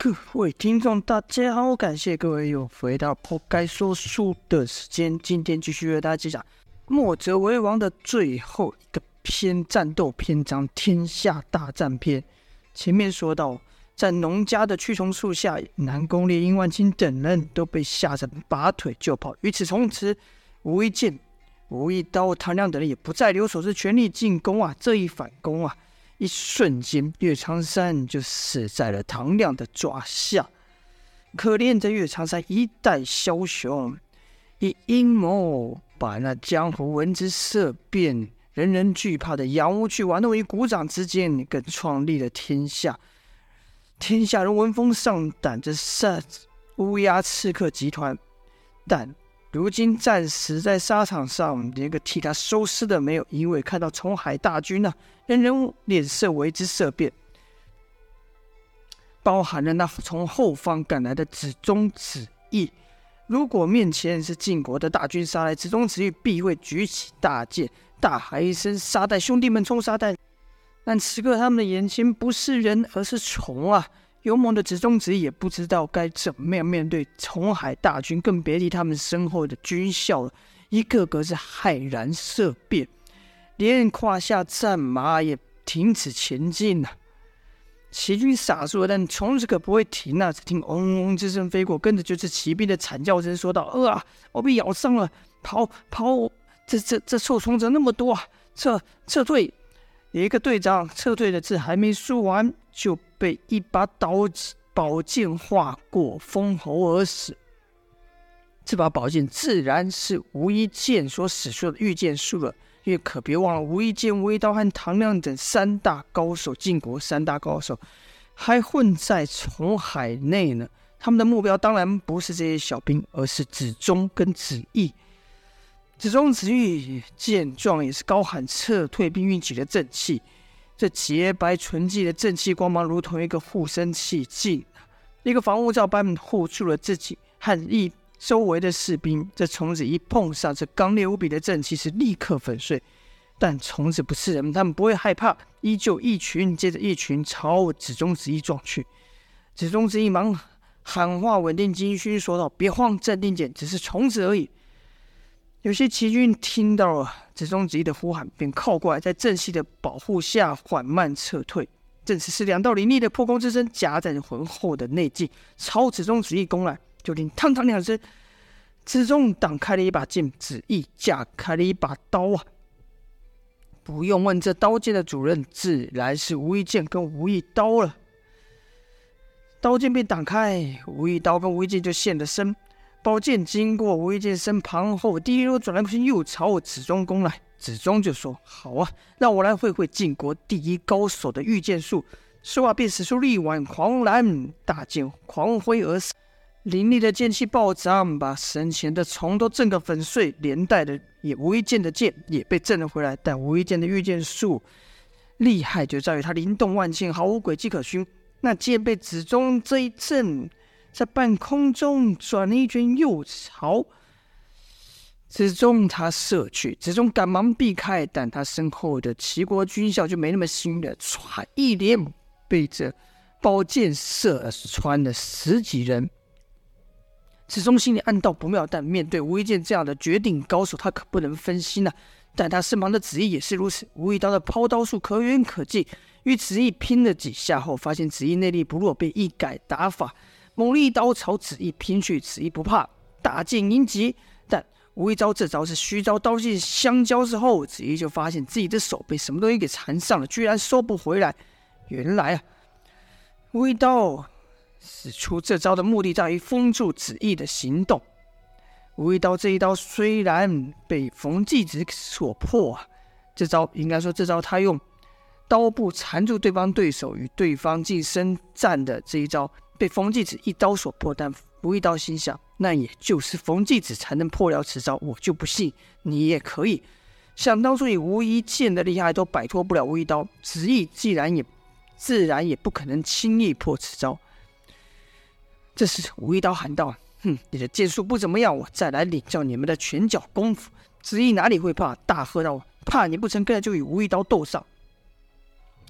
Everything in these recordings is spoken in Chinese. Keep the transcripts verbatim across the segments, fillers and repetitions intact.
各位听众大家好，感谢各位又回到破该说书的时间。今天继续为大家讲墨者为王的最后一个篇战斗篇章，天下大战篇。前面说到，在农家的驱虫术下，南宫烈、殷万青等人都被吓成拔腿就跑。与此同时，吴一剑、吴一刀、唐亮等人也不再留守，是全力进攻啊！这一反攻啊，一瞬间，岳长山就死在了唐亮的爪下。可怜的岳长山一代枭雄，以阴谋把那江湖闻之色变、人人惧怕的杨无惧玩弄于股掌之间，更创立了天下。天下人闻风丧胆，这是乌鸦刺客集团。但如今战死在沙场上，连个替他收尸的没有，因为看到冲海大军啊，人人脸色为之色变，包含了那从后方赶来的子忠、子义。如果面前是晋国的大军杀来，子忠、子义必会举起大剑，大喊一声：“杀带！兄弟们冲杀带！”但此刻他们的眼前不是人，而是虫啊！勇猛的子忠、子义也不知道该怎么样面对冲海大军，更别提他们身后的军校了，一个个是骇然色变，连胯下战马也停止前进了、啊。齐军傻住了，但虫子可不会停啊！只听嗡嗡之声飞过，跟着就是骑兵的惨叫声，说道：“呃啊，我被咬伤了，跑跑！这这这臭虫子那么多啊！撤撤退！”一个队长撤退的字还没说完，就被一把刀宝剑划过封喉而死。这把宝剑自然是吴一剑所使出的御剑术了，因为可别忘了，吴一剑、吴一刀和唐亮等三大高手，晋国三大高手还混在从海内呢。他们的目标当然不是这些小兵，而是子忠跟子义。子忠、子义见状也是高喊撤退，并运起了正气。这洁白纯净的正气光芒，如同一个护身器镜，一个防护罩般护住了自己和一周围的士兵。这虫子一碰上这刚烈无比的正气，是立刻粉碎。但虫子不是人，他们不会害怕，依旧一群接着一群朝子忠、子义撞去。子忠、子义忙喊话稳定军心，说道：“别慌，镇定点，只是虫子而已。”有些齐军听到了子忠、子义的呼喊，便靠过来，在正气的保护下缓慢撤退。正此时，两道凌厉的破空之声夹在浑厚的内劲，朝子忠、子义攻来。就听嘡嘡两声，子忠挡开了一把剑，子义架开了一把刀啊！不用问，这刀剑的主人自然是吴一剑跟吴一刀了。刀剑被挡开，吴一刀跟吴一剑就现了身。宝剑经过吴一剑身旁后，第一溜转来不行，又朝子忠攻来。子忠就说：“好啊，让我来会会晋国第一高手的御剑术。”说话便使出力挽狂澜，大剑狂挥而死。凌厉的剑气暴涨，把身前的虫都震个粉碎，连带的也吴一剑的剑也被震了回来。但吴一剑的御剑术厉害就在于他灵动万千，毫无轨迹可循。那剑被子忠这一震，在半空中转了一圈，又朝子忠他射去。子忠赶忙避开，但他身后的齐国军校就没那么幸运了，唰一连被这宝剑射穿了十几人。子忠心里暗道不妙，但面对吴一剑这样的绝顶高手，他可不能分心啊。但他身旁的子义也是如此，吴一刀的抛刀术可远可近，与子义拼了几下后，发现子义内力不弱，便一改打法，猛力一刀朝子义拼去。子义不怕，大剑迎击，但吴一刀这招是虚招，刀剑相交之后，子义就发现自己的手被什么东西给缠上了，居然收不回来。原来啊，吴一刀使出这招的目的在于封住子义的行动。吴一刀这一刀虽然被冯继子所破啊，这招应该说这招他用刀部缠住对方对手，与对方近身战的这一招被冯继子一刀所破。但吴一刀心想，那也就是冯继子才能破了此招，我就不信你也可以。想当初以吴一剑的厉害都摆脱不了吴一刀，子义既然也自然也不可能轻易破此招。这时吴一刀喊道：“哼，你的剑术不怎么样，我再来领教你们的拳脚功夫。”子义哪里会怕，大喝道：“怕你不成，跟着就与吴一刀斗上。”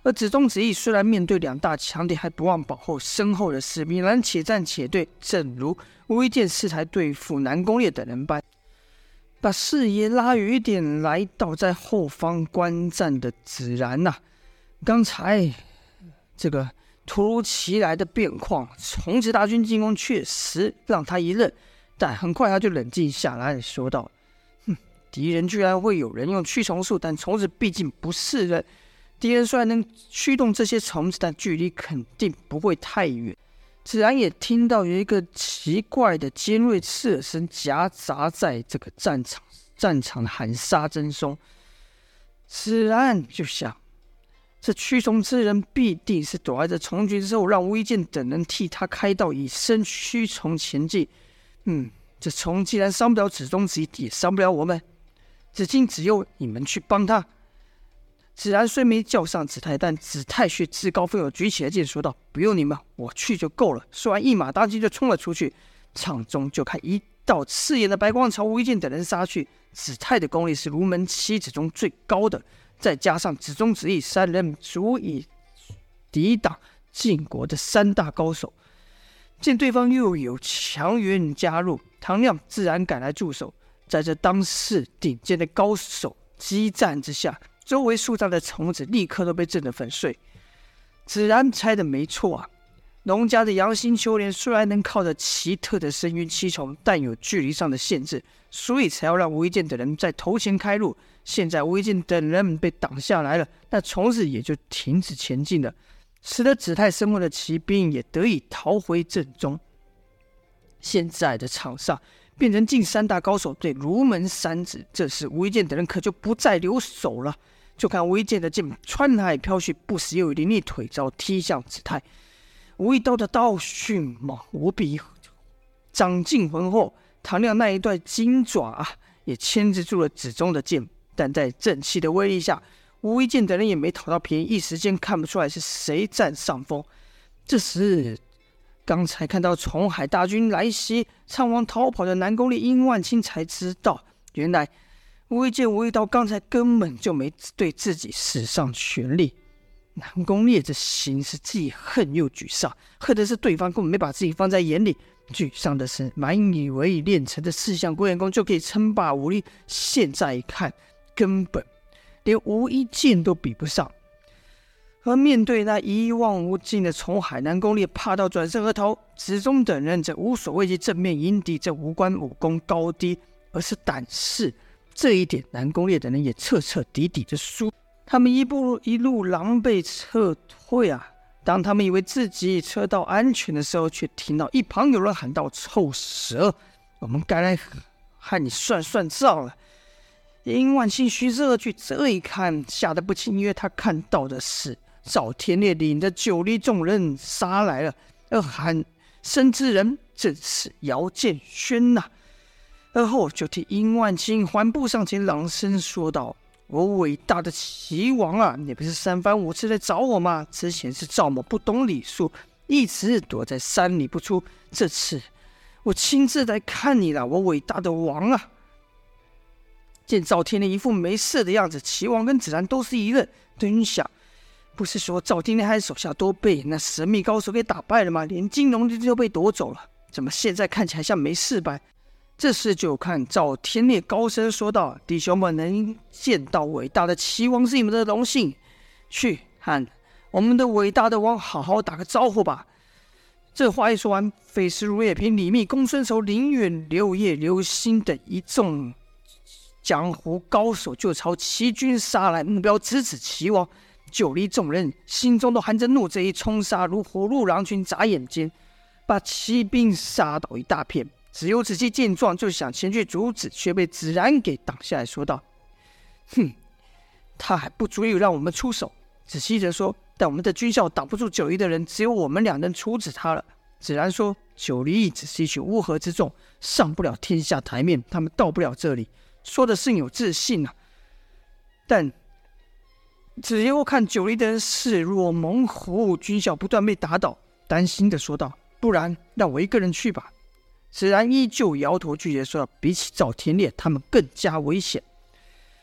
而子忠子义虽然面对两大强敌，还不忘保护身后的士兵，然且战且对，正如无一剑适才对付南宫烈等人般。把视野拉远一点，来到在后方观战的子然呐、啊，刚才这个突如其来的变况，虫子大军进攻确实让他一愣，但很快他就冷静下来，说道：“哼，敌人居然会有人用驱虫术，但虫子毕竟不是人。敌人虽然能驱动这些虫子，但距离肯定不会太远。”子然也听到有一个奇怪的尖锐刺耳声夹杂在这个战场战场的喊杀声中。子然就想，这驱虫之人必定是躲在这虫群之后，让无一剑等人替他开道，以身驱虫前进。嗯，这虫既然伤不了子忠子义，也伤不了我们，只今只有你们去帮他。子然虽没叫上子泰，但子泰却自告奋勇举起了剑，说道：“不用你们，我去就够了。”说完，一马当先就冲了出去。场中就看一道刺眼的白光朝无一剑等人杀去。子泰的功力是儒门七子中最高的，再加上子忠子义三人，足以抵挡晋国的三大高手。见对方又有强援加入，唐亮自然赶来助手。在这当世顶尖的高手激战之下，周围树上的虫子立刻都被震得粉碎。子然猜的没错啊，农家的阳星秋莲虽然能靠着奇特的深晕七虫，但有距离上的限制，所以才要让无一剑等人在头前开路。现在无一剑等人被挡下来了，那虫子也就停止前进了，使得子泰身后的骑兵也得以逃回阵中。现在的场上变成近三大高手对儒门三子，这时无一剑等人可就不再留手了。就看无一剑的剑穿海飘去，不时又有凌厉腿招踢向子泰。无一刀的刀迅猛无比，长进浑厚，唐亮那一对金爪啊，也牵制住了子忠的剑。但在正气的威力下，无一剑等人也没讨到便宜，一时间看不出来是谁占上风。这时刚才看到虫海大军来袭，仓皇逃跑的南宫烈、殷万青才知道，原来无一剑、无一刀刚才根本就没对自己使上全力。南宫烈这心是既恨又沮丧，恨的是对方根本没把自己放在眼里，沮丧的是满以为练成的四象归元功就可以称霸武力，现在一看根本连无一剑都比不上。而面对那一望无尽的虫海，南宫烈怕到转身而逃。子忠等人则无所谓及正面迎敌，这无关武功高低，而是胆识。这一点南宫烈等人也彻彻底底的输。他们一步一路狼狈撤退啊！当他们以为自己车到安全的时候，却听到一旁有人喊道：“臭蛇，我们该来和你算算账了。”殷万青徐之而去，这一看吓得不轻，因为他看到的是赵天烈领着九黎众人杀来了，而喊声之人正是姚建轩呐、啊。而后就听殷万青缓步上前，朗声说道：“我伟大的齐王啊，你不是三番五次来找我吗？之前是赵某不懂礼数，一直躲在山里不出，这次我亲自来看你了，我伟大的王啊！”见赵天烈一副没事的样子，齐王跟子然都是一愣，顿想，不是说赵天烈还手下都被那神秘高手给打败了吗？连金龙就被夺走了，怎么现在看起来像没事般？这时就看赵天烈高声说道：“弟兄们，能见到伟大的齐王是你们的荣幸，去和我们的伟大的王好好打个招呼吧。”这话一说完，费时如也平、李密、公孙仇、林远、刘烨、刘兴等一众江湖高手就朝齐军杀来，目标直指齐王。九黎众人心中都含着怒，这一冲杀如虎入狼群，眨眼间把骑兵杀倒一大片。只有子期见状，就想前去阻止，却被子然给挡下来，说道：“哼，他还不足以让我们出手。”子期则说：“但我们的军校挡不住九黎的人，只有我们俩能处置他了。”子然说：“九黎只是一群乌合之众，上不了天下台面，他们到不了这里。”说的甚有自信啊，但只有看九黎的人视若猛虎，军校不断被打倒，担心的说道：“不然让我一个人去吧。”子然依旧摇头拒绝，说道：“比起赵天烈，他们更加危险。”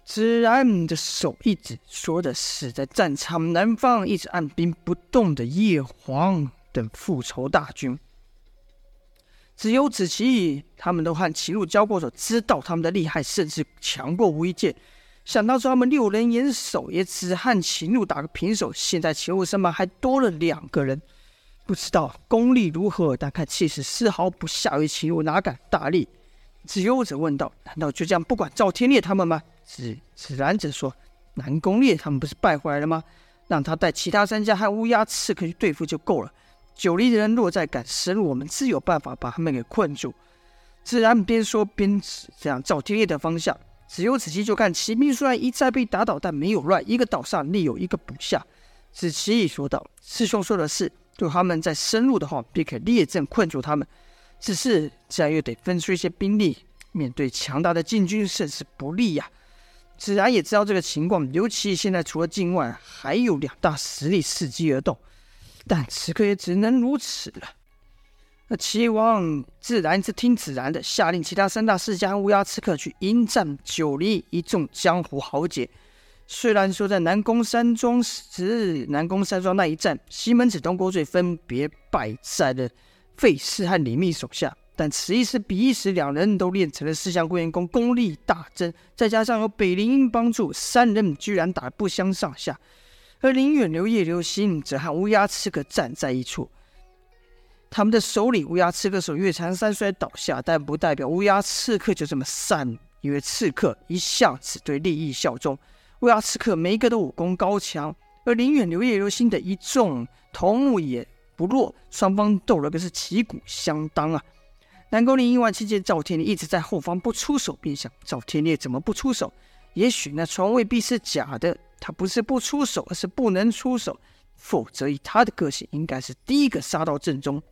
自然的手一指，说的是在战场南方一直按兵不动的叶黄等复仇大军。只有子期他们都和齐鲁交过手，知道他们的厉害，甚至强过无一剑。想当初他们六人联手，也只和齐鲁打个平手，现在齐鲁身旁还多了两个人，不知道功力如何，但看气势丝毫不下于齐鲁，哪敢大力？子悠则问道：“难道就这样不管赵天烈他们吗？”子子然则说：“南宫烈他们不是败回来了吗？让他带其他三家和乌鸦刺客去对付就够了。九黎人若再敢深入，我们自有办法把他们给困住。”自然边说边指这样赵天烈的方向。子悠子期就看骑兵虽然一再被打倒，但没有乱，一个倒上另有一个补下。子期说道：“师兄说的是，如果他们再深入的话，便可列阵困住他们。只是这样又得分出一些兵力，面对强大的禁军甚是不利呀、啊。”自然也知道这个情况，尤其现在除了境外，还有两大实力伺机而动，但此刻也只能如此了。那齐王自然是听子然的，下令其他三大世家和乌鸦刺客去迎战九黎一众江湖豪杰。虽然说在南宫山庄时，南宫山庄那一战，西门子、东郭醉分别败在了费氏和李密手下，但此一时彼一时，两人都练成了四象归元功，功力大增，再加上有北林英帮助，三人居然打不相上下。而林远流、叶流星则和乌鸦刺客站在一处。他们的首领乌鸦刺客手岳长三虽然倒下，但不代表乌鸦刺客就这么散，因为刺客一向只对利益效忠。乌鸦刺客每一个都武功高强，而林远流、叶流星的一众头目也不弱，双方斗了个是旗鼓相当啊。南宫烈因为期见赵天烈一直在后方不出手，便想赵天烈怎么不出手？也许那传未必是假的，他不是不出手，而是不能出手，否则以他的个性，应该是第一个杀到阵中。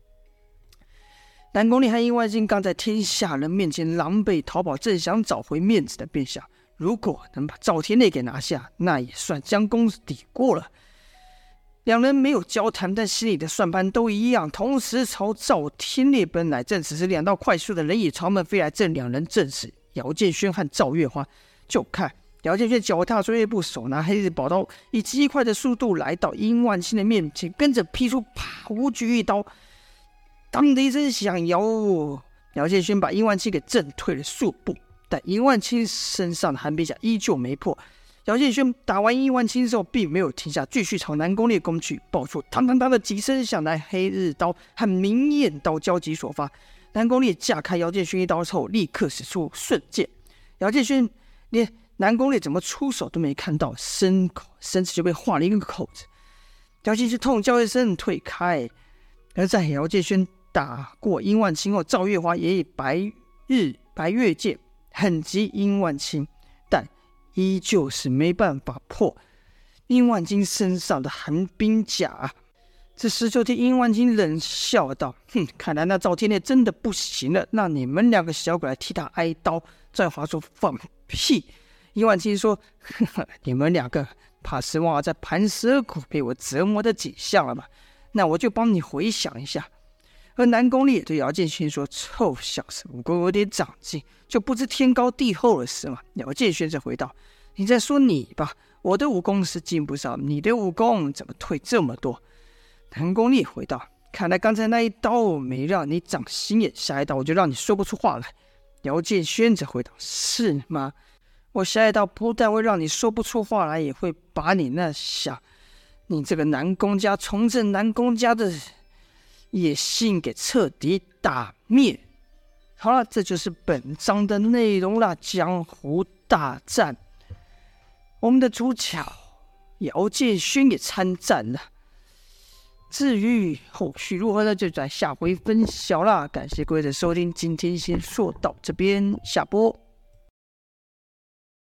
南宫烈和殷万金刚在天下人面前狼狈逃跑，正想找回面子的，便想如果能把赵天烈给拿下，那也算将功抵过了。两人没有交谈，但心里的算盘都一样，同时朝赵天烈奔来。正此时，两道快速的人影朝门飞来，正两人正是姚建轩和赵月花。就看姚建轩脚踏追月步，手拿黑日宝刀，以极快的速度来到殷万青的面前，跟着劈出啪无举一刀，当的一声响，姚姚建轩把殷万青给震退了数步，但殷万青身上的寒冰甲依旧没破。姚建轩打完殷万青之后，并没有停下，继续朝南宫烈攻去，爆出当当当的几声响来，黑日刀和明焰刀交集所发。南宫烈架开姚建轩一刀之后，立刻使出瞬剑。姚建轩连南宫烈怎么出手都没看到，身口身子就被划了一个口子。姚建轩痛叫一声退开。而在姚建轩打过殷万青后，赵月华也以白日白月剑狠击殷万青，但依旧是没办法破殷万青身上的寒冰甲。这时就听殷万青冷笑道：“哼，看来那赵天烈真的不行了，让你们两个小鬼来替他挨刀。”赵月华说：“放屁！”殷万青说：“呵呵，你们两个怕是忘了在盘蛇谷被我折磨的景象了吧？那我就帮你回想一下。”而南宫烈对姚建轩说：“臭小子，武功有点长进，就不知天高地厚了是吗？”姚建轩则回道：“你在说你吧，我的武功是进不少，你的武功怎么退这么多？”南宫烈回道：“看来刚才那一刀没让你长心眼，下一刀我就让你说不出话来。”姚建轩则回道：“是吗？我下一刀不但会让你说不出话来，也会把你那想你这个南宫家重振南宫家的野心给彻底打灭。”好了，这就是本章的内容啦。江湖大战，我们的主角姚建轩也参战了。至于后续如何呢，就在下回分晓啦。感谢各位的收听，今天先说到这边，下播。